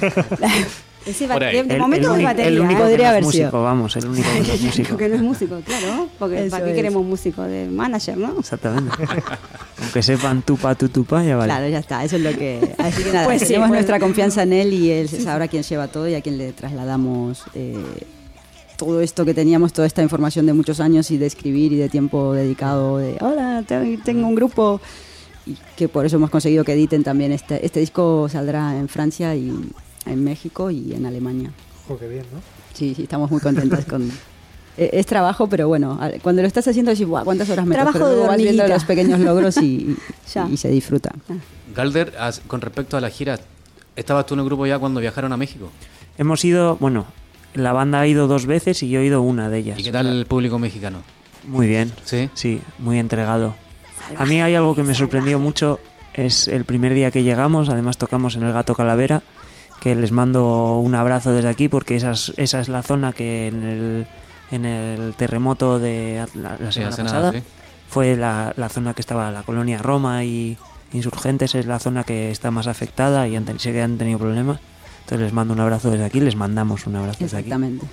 De momento es batería. El único podría que no haber es músico, sido. Vamos, el único que no es músico. Que no es músico, claro. Porque ¿para qué queremos músico? De manager, ¿no? Exactamente. Aunque sepan tupa, ya vale. Claro, ya está, eso es lo que... Así que nada, Pues tenemos nuestra confianza en él y él sabrá quién lleva todo y a quién le trasladamos todo esto que teníamos, toda esta información de muchos años y de escribir y de tiempo dedicado de, hola, tengo un grupo... Y que por eso hemos conseguido que editen también este disco. Saldrá en Francia y en México y en Alemania. Oh, qué bien, ¿no? Sí, estamos muy contentas con... Es trabajo, pero bueno, cuando lo estás haciendo decís, ¿cuántas horas metes? Trabajo pero luego de vas viendo hormiguita. los pequeños logros y se disfruta. Galder, con respecto a la gira, ¿estabas tú en el grupo ya cuando viajaron a México? Hemos ido, la banda ha ido 2 veces y yo he ido una de ellas. ¿Y qué tal el público mexicano? Muy bien. ¿Sí? Sí, muy entregado. A mí hay algo que me sorprendió mucho, es el primer día que llegamos, además tocamos en el Gato Calavera, que les mando un abrazo desde aquí porque esa es la zona que en el terremoto de la semana pasada fue la zona que estaba la colonia Roma y Insurgentes, es la zona que está más afectada y sé que han tenido problemas. Entonces les mando un abrazo desde aquí, les mandamos un abrazo desde aquí. Exactamente.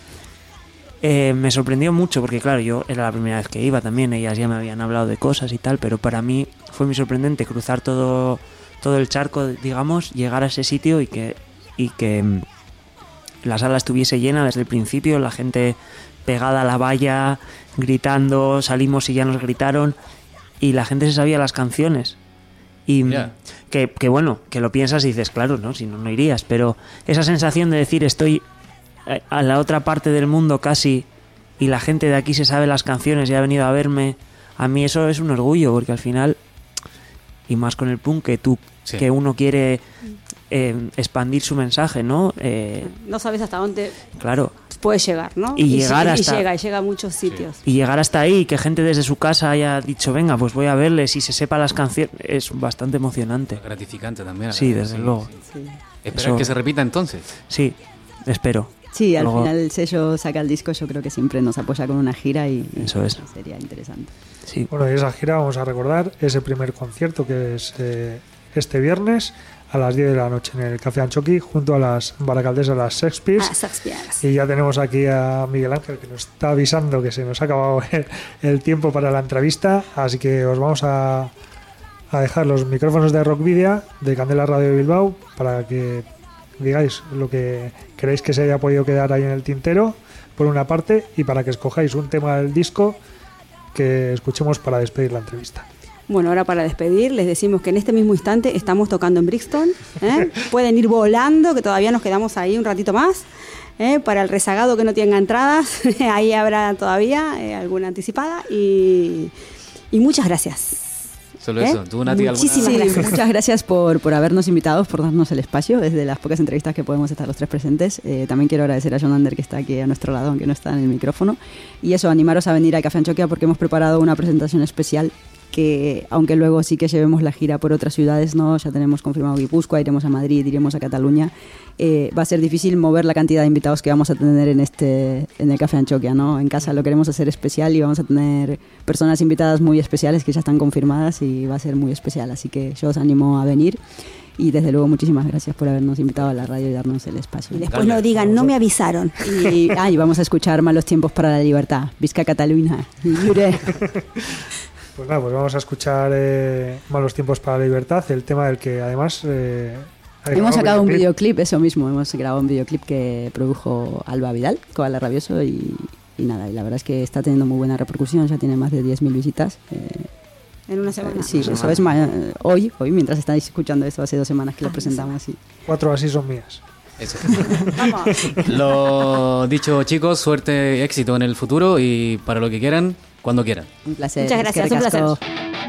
Me sorprendió mucho porque claro, yo era la primera vez que iba también, ellas ya me habían hablado de cosas y tal, pero para mí fue muy sorprendente cruzar todo el charco, digamos, llegar a ese sitio y que la sala estuviese llena desde el principio, la gente pegada a la valla, gritando, salimos y ya nos gritaron y la gente se sabía las canciones. Y que bueno, que lo piensas y dices, claro, no, si no irías, pero esa sensación de decir estoy a la otra parte del mundo casi y la gente de aquí se sabe las canciones y ha venido a verme, a mí eso es un orgullo porque al final, y más con el punk, que uno quiere expandir su mensaje, ¿no? No sabes hasta dónde puede llegar, ¿no? Y llega a muchos sitios. Y llegar hasta ahí, que gente desde su casa haya dicho, venga, pues voy a verles y se sepa las canciones, es bastante emocionante. Gratificante también. Sí, desde luego. Sí. ¿Esperas que se repita entonces? Sí, espero. Sí, al Luego- final el sello saca el disco, yo creo que siempre nos apoya con una gira y Eso es. sería interesante. Sí. Bueno, y esa gira vamos a recordar ese primer concierto que es este viernes a las 10 de la noche en el Café Anchoqui junto a las baracaldesas, las Shakespeares. Shakespeares. Y ya tenemos aquí a Miguel Ángel que nos está avisando que se nos ha acabado el tiempo para la entrevista, así que os vamos a dejar los micrófonos de Rockvidia de Candela Radio de Bilbao para que digáis lo que queréis que se haya podido quedar ahí en el tintero por una parte y para que escojáis un tema del disco que escuchemos para despedir la entrevista. Bueno, ahora para despedir les decimos que en este mismo instante estamos tocando en Brixton. Pueden ir volando, que todavía nos quedamos ahí un ratito más. Para el rezagado que no tenga entradas, ahí habrá todavía alguna anticipada. Y muchas gracias. Solo eso. ¿Tú, Nati, Muchísimas Sí, gracias. muchas gracias por habernos invitado, por darnos el espacio. Es de las pocas entrevistas que podemos estar los tres presentes. También quiero agradecer a John Ander, que está aquí a nuestro lado, aunque no está en el micrófono. Y eso, animaros a venir a Café Anchoquia porque hemos preparado una presentación especial que, aunque luego sí que llevemos la gira por otras ciudades, ¿no? Ya tenemos confirmado Guipúzcoa, iremos a Madrid, iremos a Cataluña. Va a ser difícil mover la cantidad de invitados que vamos a tener en el Café Anchoquia, ¿no? En casa lo queremos hacer especial y vamos a tener personas invitadas muy especiales que ya están confirmadas y va a ser muy especial, así que yo os animo a venir y desde luego muchísimas gracias por habernos invitado a la radio y darnos el espacio. Y después no digan, no me avisaron. Y vamos a escuchar Malos tiempos para la libertad, Visca Cataluña, libre. Pues nada, pues vamos a escuchar Malos tiempos para la libertad, el tema del que además hemos sacado un videoclip, eso mismo, hemos grabado un videoclip que produjo Alba Vidal, Koala Rabioso y nada, y la verdad es que está teniendo muy buena repercusión, ya tiene más de 10.000 visitas. En una semana. Sí, eso es hoy, mientras estáis escuchando esto, hace 2 semanas que lo presentamos. Y 4 así son mías. Eso. Lo dicho, chicos, suerte y éxito en el futuro y para lo que quieran, cuando quieran. un placer. Muchas gracias, Eskerrik un placer. asko.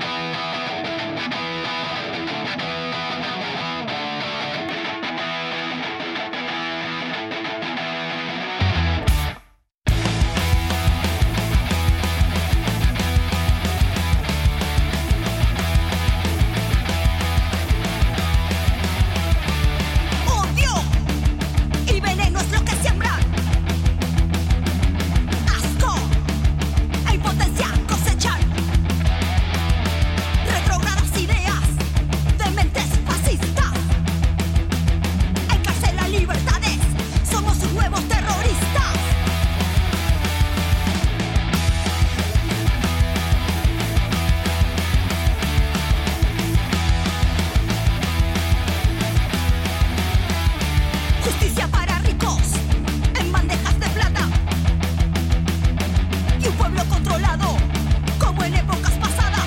Odio y veneno es lo que siembran. Asco e impotencia cosechan. Retrógradas ideas de mentes fascistas. Encarcelan libertades, somos sus nuevos terroristas. Justicia para ricos en bandejas de plata y un pueblo controlado como en épocas pasadas.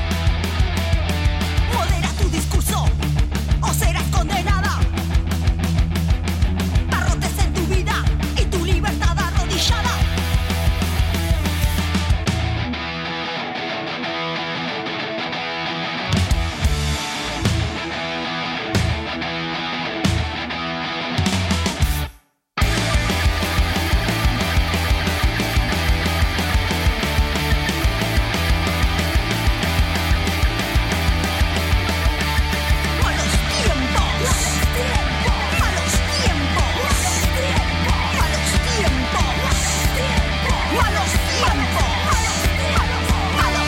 Modera tu discurso o serás condenada. Barrotes en tu vida y tu libertad arrodillada. Malos tiempos, malos tiempos, malos tiempos, malos tiempos, malos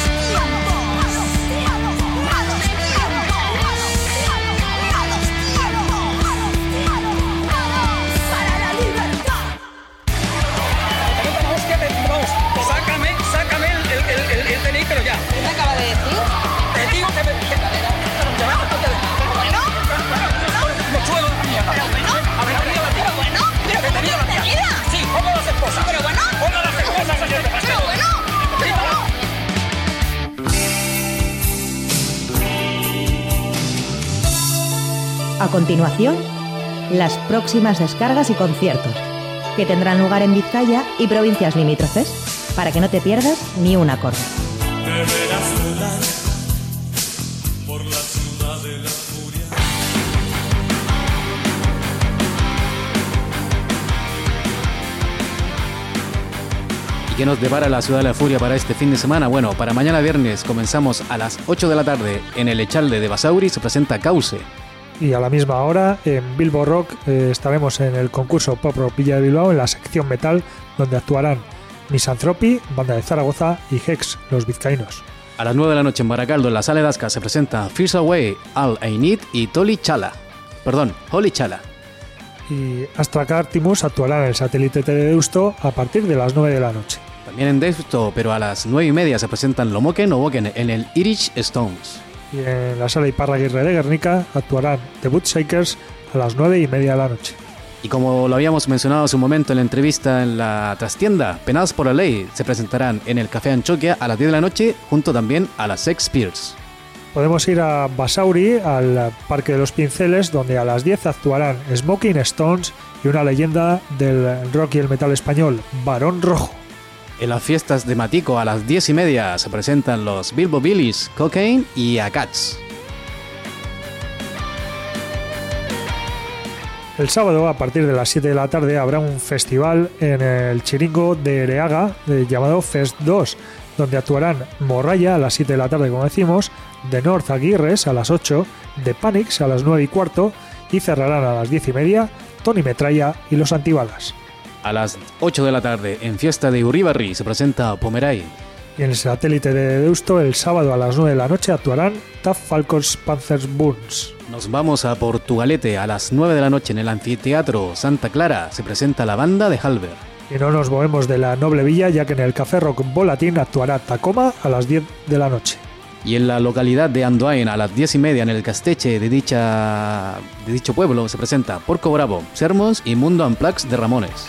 tiempos, para la libertad. Sácame el DNI, pero ya. ¿Qué me acaba de decir? Te digo que me... Bueno. Mochuelo de mierda. Pero bueno. A ver, pero bueno. Pero ¿cómo que detenida? Sí, pongo las esposas. Pero bueno. Pongo las esposas, señor de paseo. Pero bueno. A continuación, las próximas descargas y conciertos, que tendrán lugar en Vizcaya y provincias limítrofes, para que no te pierdas ni un acorde. Deberás volar por la ciudad de la furia. ¿Y qué nos depara la Ciudad de la Furia para este fin de semana? Bueno, para mañana viernes comenzamos a las 8 de la tarde en el Echalde de Basauri, se presenta Cauce. Y a la misma hora en Bilbo Rock estaremos en el concurso Pop Rock Villa de Bilbao en la sección metal, donde actuarán Misanthropy, Banda de Zaragoza, y Hex, los vizcaínos. A las 9 de la noche en Baracaldo, en la Sala de Asca, se presenta Fierce Away, All I Need y Holy Chala. Y Astra Cartimus actuará en el satélite de Deusto a partir de las 9 de la noche. También en Deusto, pero a las 9:30 se presentan Lomoken o Woken en el Irish Stones. Y en la Sala Iparraguirre de Guernica actuarán The Bootshakers a las 9:30 de la noche. Y como lo habíamos mencionado hace un momento en la entrevista en la trastienda, Penados por la Ley se presentarán en el Café Anchoquia a las 10 de la noche, junto también a las Sex Piers. Podemos ir a Basauri, al Parque de los Pinceles, donde a las 10 actuarán Smoking Stones y una leyenda del rock y el metal español, Barón Rojo. En las fiestas de Matico a las 10:30 se presentan los Bilbo Billies, Cocaine y Acats. El sábado, a partir de las 7 de la tarde, habrá un festival en el Chiringo de Ereaga llamado Fest 2, donde actuarán Morralla a las 7 de la tarde, como decimos, The North Aguirres a las 8, The Panics a las 9:15 y cerrarán a las 10:30 Tony Metralla y los Antibalas. A las 8 de la tarde, en fiesta de Uribarri, se presenta Pomeray. Y en el satélite de Deusto, el sábado a las 9 de la noche, actuarán Tough Falcons Panthers Boons. Nos vamos a Portugalete. A las 9 de la noche en el Anfiteatro Santa Clara se presenta la banda de Halber. Y no nos movemos de la noble villa, ya que en el Café Rock Volatín actuará Tacoma a las 10 de la noche. Y en la localidad de Andoain, a las 10:30 en el Casteche de dicho pueblo, se presenta Porco Bravo, Sermons y Mundo Unplugged de Ramones.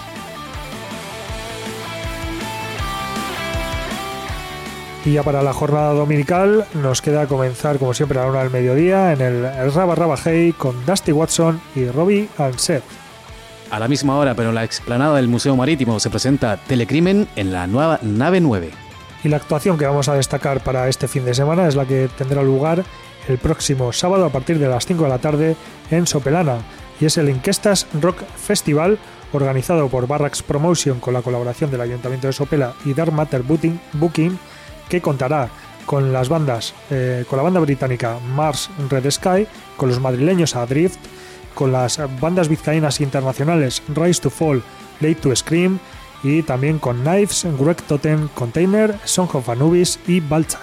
Y ya para la jornada dominical nos queda comenzar, como siempre, a la 1 del mediodía en el Rabba Rabba Hey con Dusty Watson y Robbie and Seth. A la misma hora, pero en la explanada del Museo Marítimo, se presenta Telecrimen en la nueva Nave 9. Y la actuación que vamos a destacar para este fin de semana es la que tendrá lugar el próximo sábado a partir de las 5 de la tarde en Sopelana, y es el Inquestas Rock Festival, organizado por Barracks Promotion con la colaboración del Ayuntamiento de Sopela y Dark Matter Booking, que contará con las bandas, con la banda británica Mars Red Sky, con los madrileños Adrift, con las bandas vizcaínas internacionales Rise to Fall, Late to Scream, y también con Knives, Greg Totem, Container, Song of Anubis y Balzac.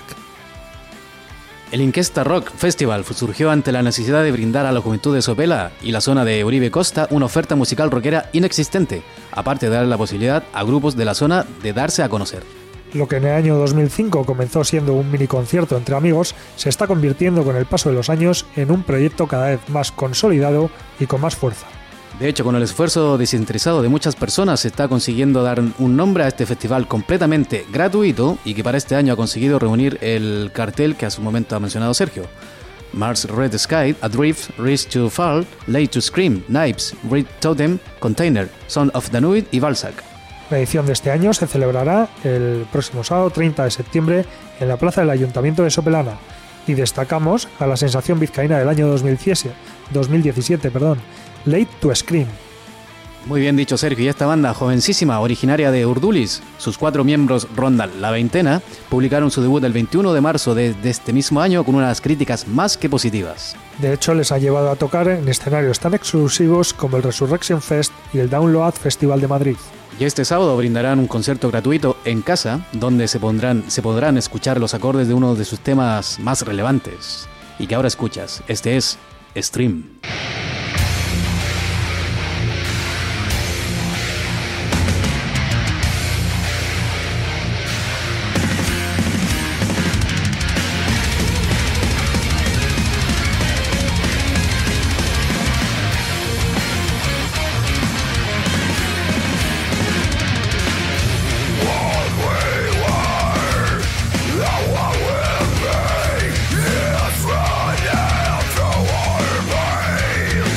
El Inquesta Rock Festival surgió ante la necesidad de brindar a la juventud de Sopela y la zona de Uribe Costa una oferta musical rockera inexistente, aparte de dar la posibilidad a grupos de la zona de darse a conocer. Lo que en el año 2005 comenzó siendo un mini concierto entre amigos, se está convirtiendo con el paso de los años en un proyecto cada vez más consolidado y con más fuerza. De hecho, con el esfuerzo desinteresado de muchas personas se está consiguiendo dar un nombre a este festival completamente gratuito y que para este año ha conseguido reunir el cartel que a su momento ha mencionado Sergio. Mars Red Sky, Adrift, Rise to Fall, Late to Scream, Knives, Great Totem, Container, Son of Danube y Balzac. La edición de este año se celebrará el próximo sábado 30 de septiembre en la plaza del Ayuntamiento de Sopelana, y destacamos a la sensación vizcaína del año 2017, Late to Scream. Muy bien dicho, Sergio. Y esta banda jovencísima, originaria de Urduliz, sus 4 miembros rondan la veintena, publicaron su debut el 21 de marzo de este mismo año con unas críticas más que positivas. De hecho, les ha llevado a tocar en escenarios tan exclusivos como el Resurrection Fest y el Download Festival de Madrid. Y este sábado brindarán un concierto gratuito en casa, donde se podrán escuchar los acordes de uno de sus temas más relevantes. Y que ahora escuchas. Este es Stream. It's running through our veins.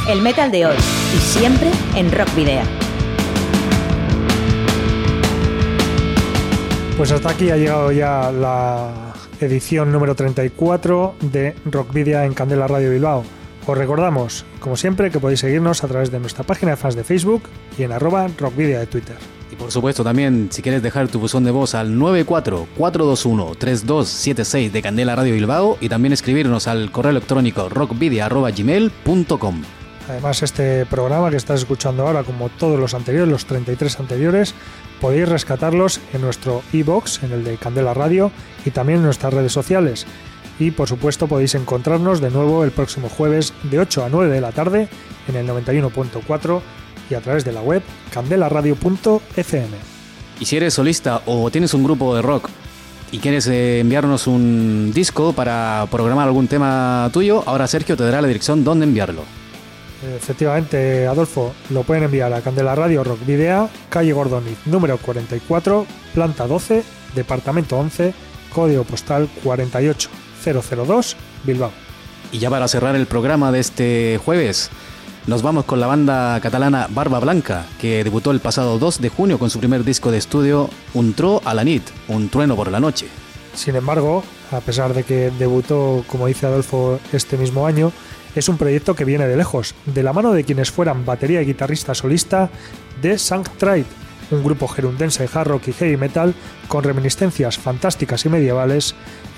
el metal de hoy y siempre en Rock Video. Pues hasta aquí ha llegado ya la edición número 34 de Rock Video en Candela Radio Bilbao. Os recordamos, como siempre, que podéis seguirnos a través de nuestra página de fans de Facebook y en @rockvideo de Twitter. Y por supuesto también, si quieres dejar tu buzón de voz al 94-421-3276 de Candela Radio Bilbao y también escribirnos al correo electrónico rockvideo@gmail.com. Además, este programa que estás escuchando ahora, como todos los anteriores, los 33 anteriores, podéis rescatarlos en nuestro iVoox, en el de Candela Radio, y también en nuestras redes sociales. Y por supuesto podéis encontrarnos de nuevo el próximo jueves de 8 a 9 de la tarde en el 91.4 y a través de la web candelaradio.fm. Y si eres solista o tienes un grupo de rock y quieres enviarnos un disco para programar algún tema tuyo, ahora Sergio te dará la dirección donde enviarlo. Efectivamente, Adolfo, lo pueden enviar a Candela Radio Rock Video, calle Gordoniz, número 44, planta 12, departamento 11, código postal 48002, Bilbao. Y ya para cerrar el programa de este jueves, nos vamos con la banda catalana Barba Blanca, que debutó el pasado 2 de junio con su primer disco de estudio, Un tro a la nit, un trueno por la noche. Sin embargo, a pesar de que debutó, como dice Adolfo, este mismo año, es un proyecto que viene de lejos, de la mano de quienes fueran batería y guitarrista solista de Sanctride, un grupo gerundense de hard rock y heavy metal con reminiscencias fantásticas y medievales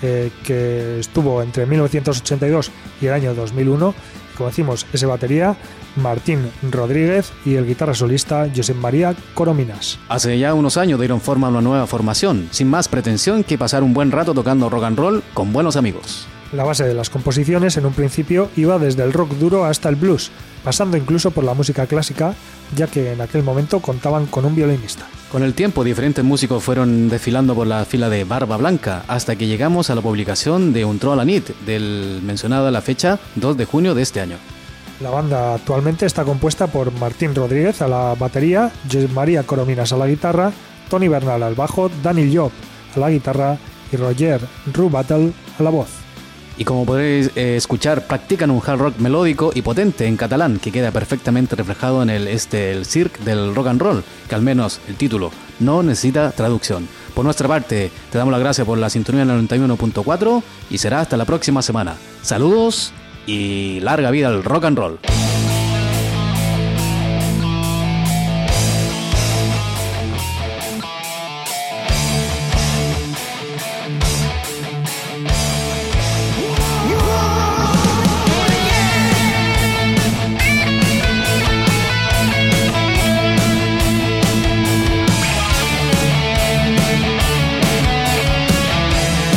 que estuvo entre 1982 y el año 2001. Como decimos, ese batería, Martín Rodríguez, y el guitarra solista, Josep María Corominas. Hace ya unos años dieron forma a una nueva formación, sin más pretensión que pasar un buen rato tocando rock and roll con buenos amigos. La base de las composiciones en un principio iba desde el rock duro hasta el blues, pasando incluso por la música clásica, ya que en aquel momento contaban con un violinista. Con el tiempo, diferentes músicos fueron desfilando por la fila de Barba Blanca, hasta que llegamos a la publicación de Un tro a la nit, del mencionado a la fecha 2 de junio de este año. La banda actualmente está compuesta por Martín Rodríguez a la batería, Josep María Corominas a la guitarra, Toni Bernal al bajo, Dani Llop a la guitarra y Roger Rubattle a la voz. Y como podréis escuchar, practican un hard rock melódico y potente en catalán que queda perfectamente reflejado en el circ del rock and roll, que al menos el título no necesita traducción. Por nuestra parte, te damos las gracias por la sintonía en el 91.4 y será hasta la próxima semana. Saludos y larga vida al rock and roll.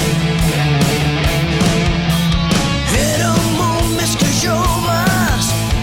Era un món més que joves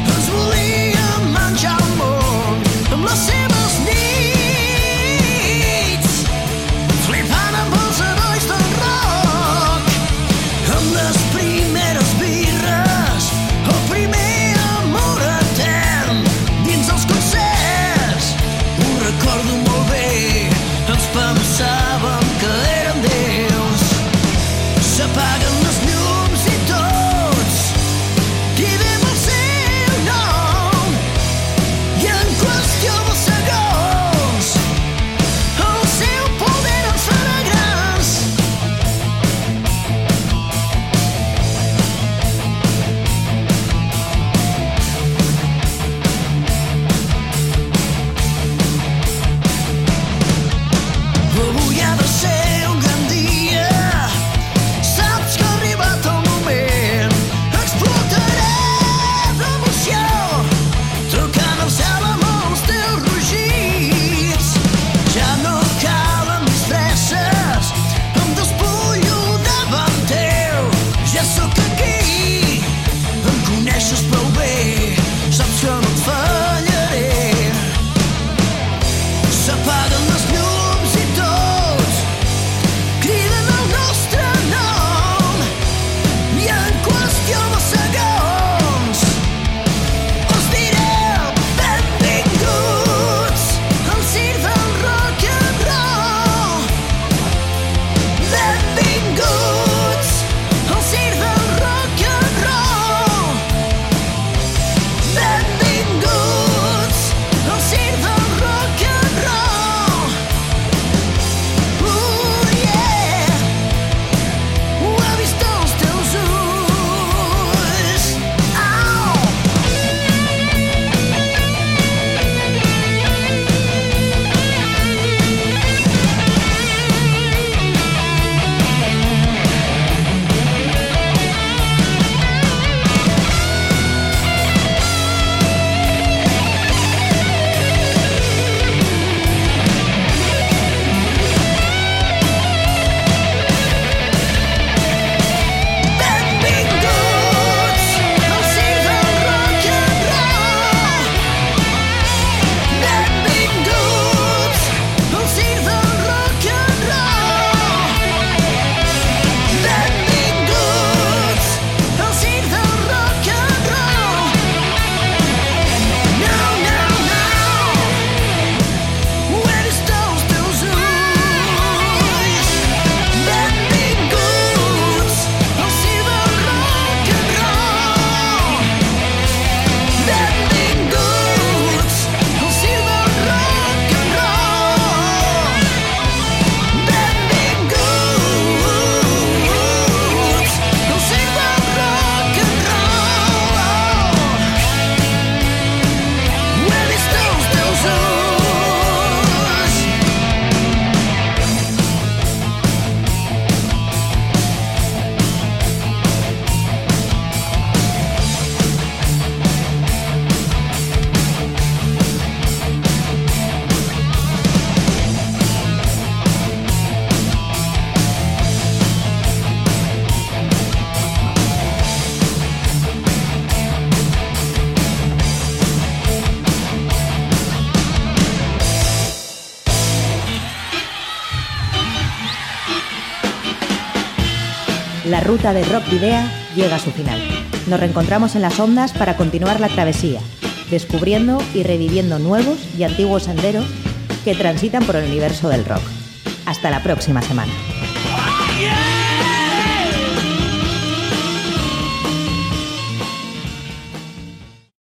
La ruta de Rock Video llega a su final. Nos reencontramos en las ondas para continuar la travesía, descubriendo y reviviendo nuevos y antiguos senderos que transitan por el universo del rock. Hasta la próxima semana.